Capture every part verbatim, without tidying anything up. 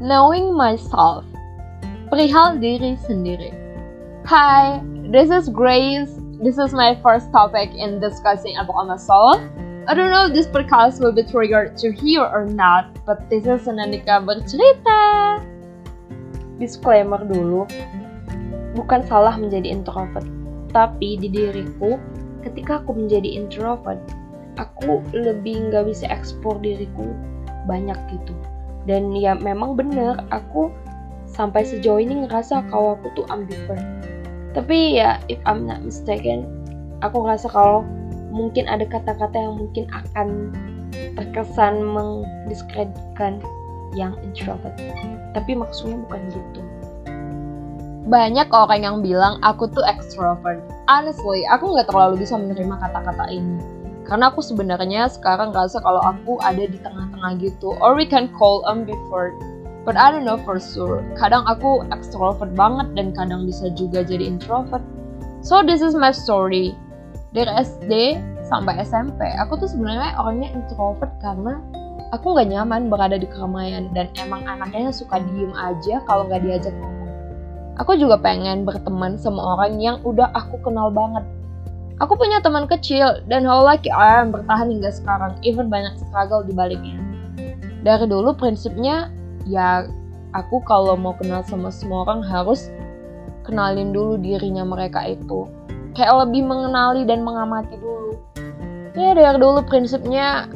Knowing myself. Perihal diri sendiri. Hi, this is Grace. This is my first topic in discussing about myself. I don't know if this podcast will be triggered to hear or not, but this is Anandika bercerita. Disclaimer dulu, bukan salah menjadi introvert, tapi di diriku, ketika aku menjadi introvert, aku lebih nggak bisa eksplor diriku banyak gitu. Dan ya memang bener, aku sampai sejauh ini ngerasa kalau aku tuh ambivert. Tapi ya if I'm not mistaken, aku ngerasa kalau mungkin ada kata-kata yang mungkin akan terkesan mendiskreditkan yang introvert. Tapi maksudnya bukan gitu. Banyak orang yang bilang aku tuh extrovert. Honestly, aku nggak terlalu bisa menerima kata-kata ini. Karena aku sebenarnya sekarang ngerasa kalau aku ada di tengah-tengah gitu. Or we can call ambivert. But I don't know for sure. Kadang aku extrovert banget dan kadang bisa juga jadi introvert. So this is my story. Dari S D sampai S M P, aku tuh sebenarnya orangnya introvert karena aku nggak nyaman berada di keramaian. Dan emang anaknya suka diem aja kalau nggak diajak ngomong. Aku juga pengen berteman sama orang yang udah aku kenal banget. Aku punya teman kecil dan how lucky I am bertahan hingga sekarang, even banyak struggle di baliknya. Dari dulu prinsipnya, ya aku kalau mau kenal sama semua orang harus kenalin dulu dirinya mereka itu. Kayak lebih mengenali dan mengamati dulu. Ya dari dulu prinsipnya,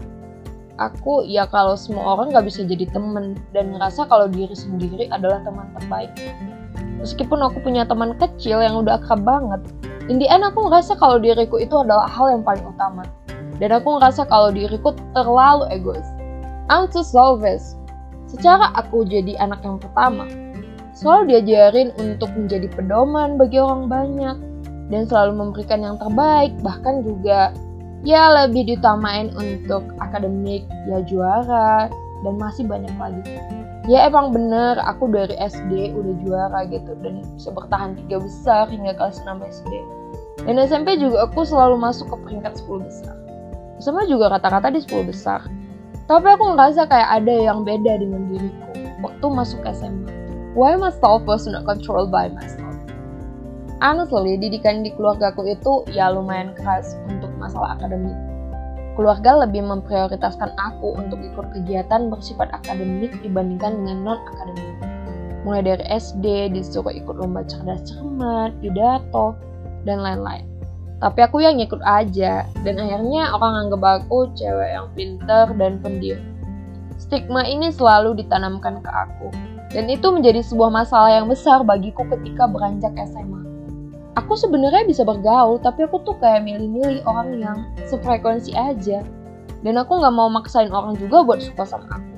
aku ya kalau semua orang gak bisa jadi teman dan ngerasa kalau diri sendiri adalah teman terbaik. Meskipun aku punya teman kecil yang udah akrab banget, in the end aku ngerasa kalau diriku itu adalah hal yang paling utama. Dan aku ngerasa kalau diriku terlalu egois. I'm too selfish. Secara aku jadi anak yang pertama, selalu diajarin untuk menjadi pedoman bagi orang banyak. Dan selalu memberikan yang terbaik, bahkan juga ya lebih diutamain untuk akademik, ya juara, dan masih banyak lagi. Ya emang bener, aku dari S D udah juara gitu dan bisa bertahan tiga besar hingga kelas enam S D. Dan S M P juga aku selalu masuk ke peringkat sepuluh besar. S M A juga rata-rata di sepuluh besar. Tapi aku ngerasa kayak ada yang beda dengan diriku waktu masuk S M A. Why myself was not controlled by myself? Honestly, didikan di keluargaku itu ya lumayan keras untuk masalah akademik. Keluarga lebih memprioritaskan aku untuk ikut kegiatan bersifat akademik dibandingkan dengan non-akademik. Mulai dari S D disuruh ikut lomba cerdas cermat, pidato, dan lain-lain. Tapi aku yang ngikut aja, dan akhirnya orang anggap aku cewek yang pintar dan pendiam. Stigma ini selalu ditanamkan ke aku, dan itu menjadi sebuah masalah yang besar bagiku ketika beranjak S M A. Aku sebenarnya bisa bergaul, tapi aku tuh kayak milih-milih orang yang sefrekuensi aja. Dan aku gak mau maksain orang juga buat suka sama aku.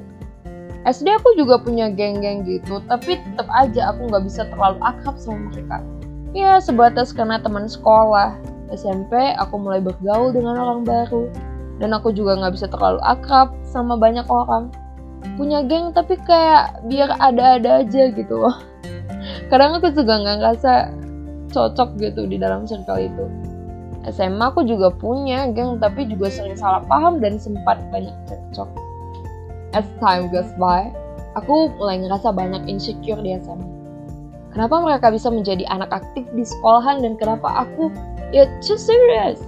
S D aku juga punya geng-geng gitu, tapi tetap aja aku gak bisa terlalu akrab sama mereka. Ya sebatas karena teman sekolah. S M P aku mulai bergaul dengan orang baru. Dan aku juga gak bisa terlalu akrab sama banyak orang. Punya geng tapi kayak biar ada-ada aja gitu loh. Kadang aku juga gak ngerasa cocok gitu di dalam circle itu. S M A aku juga punya geng tapi juga sering salah paham dan sempat banyak cekcok. As time goes by, aku mulai ngerasa banyak insecure di S M A. Kenapa mereka bisa menjadi anak aktif di sekolahan dan kenapa aku ya too serious?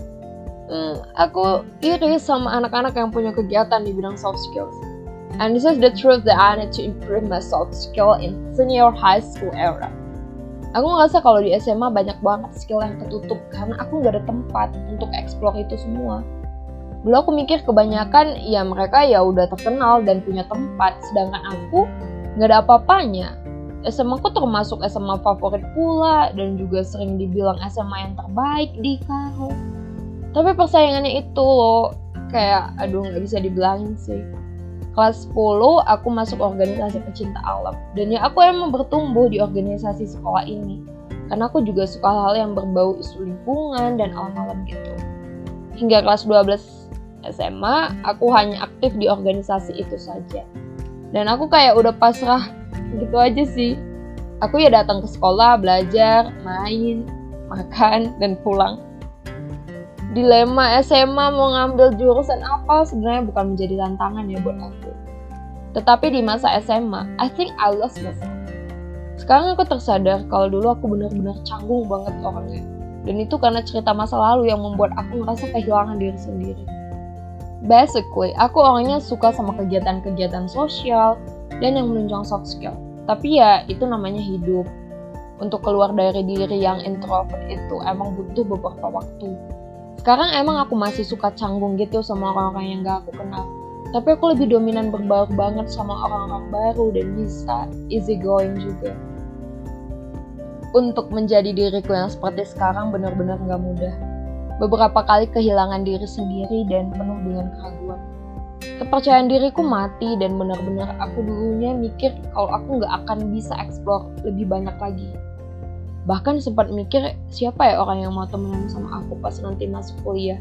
Hmm, aku iri sama anak-anak yang punya kegiatan di bidang soft skills. And this is the truth that I need to improve my soft skill in senior high school era. Aku ngerasa kalau di S M A banyak banget skill yang ketutup karena aku gak ada tempat untuk explore itu semua. Dulu aku mikir kebanyakan ya mereka ya udah terkenal dan punya tempat, sedangkan aku gak ada apa-apanya. S M A aku termasuk S M A favorit pula dan juga sering dibilang S M A yang terbaik di Karo. Tapi persaingannya itu loh, kayak aduh gak bisa dibilangin sih. Kelas sepuluh aku masuk organisasi pecinta alam dan ya aku emang bertumbuh di organisasi sekolah ini karena aku juga suka hal-hal yang berbau isu lingkungan dan alam-alam gitu. Hingga kelas dua belas S M A aku hanya aktif di organisasi itu saja dan aku kayak udah pasrah gitu aja sih. Aku ya datang ke sekolah, belajar, main, makan, dan pulang. Dilema S M A mau ngambil jurusan apa sebenarnya bukan menjadi tantangan ya buat aku. Tetapi di masa S M A, I think I lost myself. Sekarang aku tersadar kalau dulu aku benar-benar canggung banget orangnya. Dan itu karena cerita masa lalu yang membuat aku ngerasa kehilangan diri sendiri. Basically, aku orangnya suka sama kegiatan-kegiatan sosial dan yang menunjang soft skill. Tapi ya, itu namanya hidup. Untuk keluar dari diri yang introvert itu emang butuh beberapa waktu. Sekarang emang aku masih suka canggung gitu sama orang-orang yang gak aku kenal. Tapi aku lebih dominan berbaur banget sama orang-orang baru dan bisa easy going juga. Untuk menjadi diriku yang seperti sekarang benar-benar gak mudah. Beberapa kali kehilangan diri sendiri dan penuh dengan keraguan. Kepercayaan diriku mati dan benar-benar aku dulunya mikir kalau aku gak akan bisa explore lebih banyak lagi. Bahkan sempat mikir siapa ya orang yang mau temenan sama aku pas nanti masuk kuliah.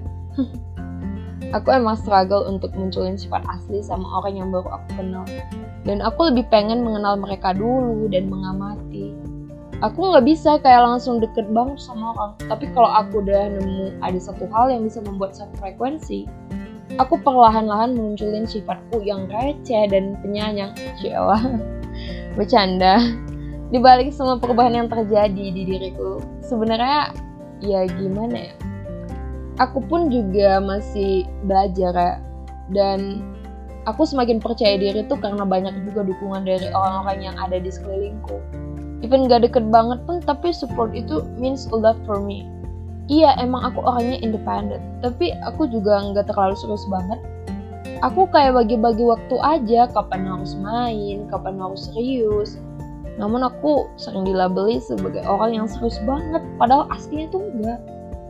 Aku emang struggle untuk munculin sifat asli sama orang yang baru aku kenal. Dan aku lebih pengen mengenal mereka dulu dan mengamati. Aku gak bisa kayak langsung deket banget sama orang. Tapi kalau aku udah nemu ada satu hal yang bisa membuat satu frekuensi, aku perlahan-lahan munculin sifatku yang receh dan penyayang. Cielah, bercanda. Di balik semua perubahan yang terjadi di diriku, sebenarnya ya gimana ya? Aku pun juga masih belajar ya. Dan aku semakin percaya diri tuh karena banyak juga dukungan dari orang-orang yang ada di sekelilingku. Even gak deket banget pun, tapi support itu means a lot for me. Iya, emang aku orangnya independent, tapi aku juga gak terlalu serius banget. Aku kayak bagi-bagi waktu aja, kapan harus main, kapan harus serius. Namun aku sering dilabeli sebagai orang yang serius banget, padahal aslinya tuh enggak.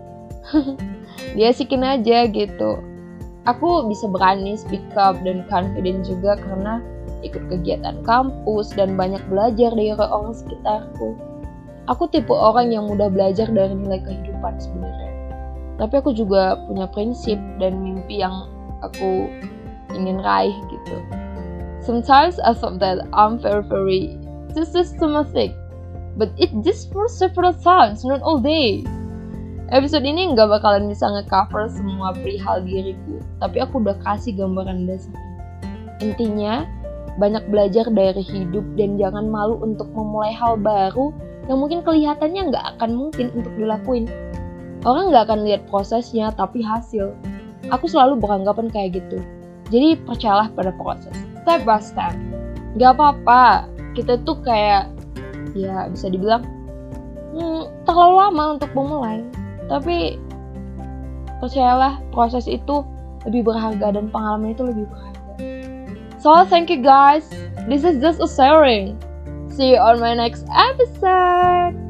Diasikin aja gitu. Aku bisa berani speak up dan confident juga karena ikut kegiatan kampus dan banyak belajar dari orang sekitarku. Aku tipe orang yang mudah belajar dari nilai kehidupan sebenarnya. Tapi aku juga punya prinsip dan mimpi yang aku ingin raih gitu. Sometimes I thought that I'm very very too systematic, but it just for several times, not all day. Episode ini nggak bakalan bisa nge-cover semua perihal diriku, tapi aku udah kasih gambaran dasar. Intinya, banyak belajar dari hidup dan jangan malu untuk memulai hal baru yang mungkin kelihatannya nggak akan mungkin untuk dilakuin. Orang nggak akan lihat prosesnya, tapi hasil. Aku selalu beranggapan kayak gitu. Jadi percayalah pada proses, step by step. Gak apa-apa, kita tuh kayak, ya bisa dibilang, hmm, terlalu lama untuk memulai. Tapi percayalah, proses itu lebih berharga dan pengalaman itu lebih berharga. So thank you guys. This is just a sharing. See you on my next episode.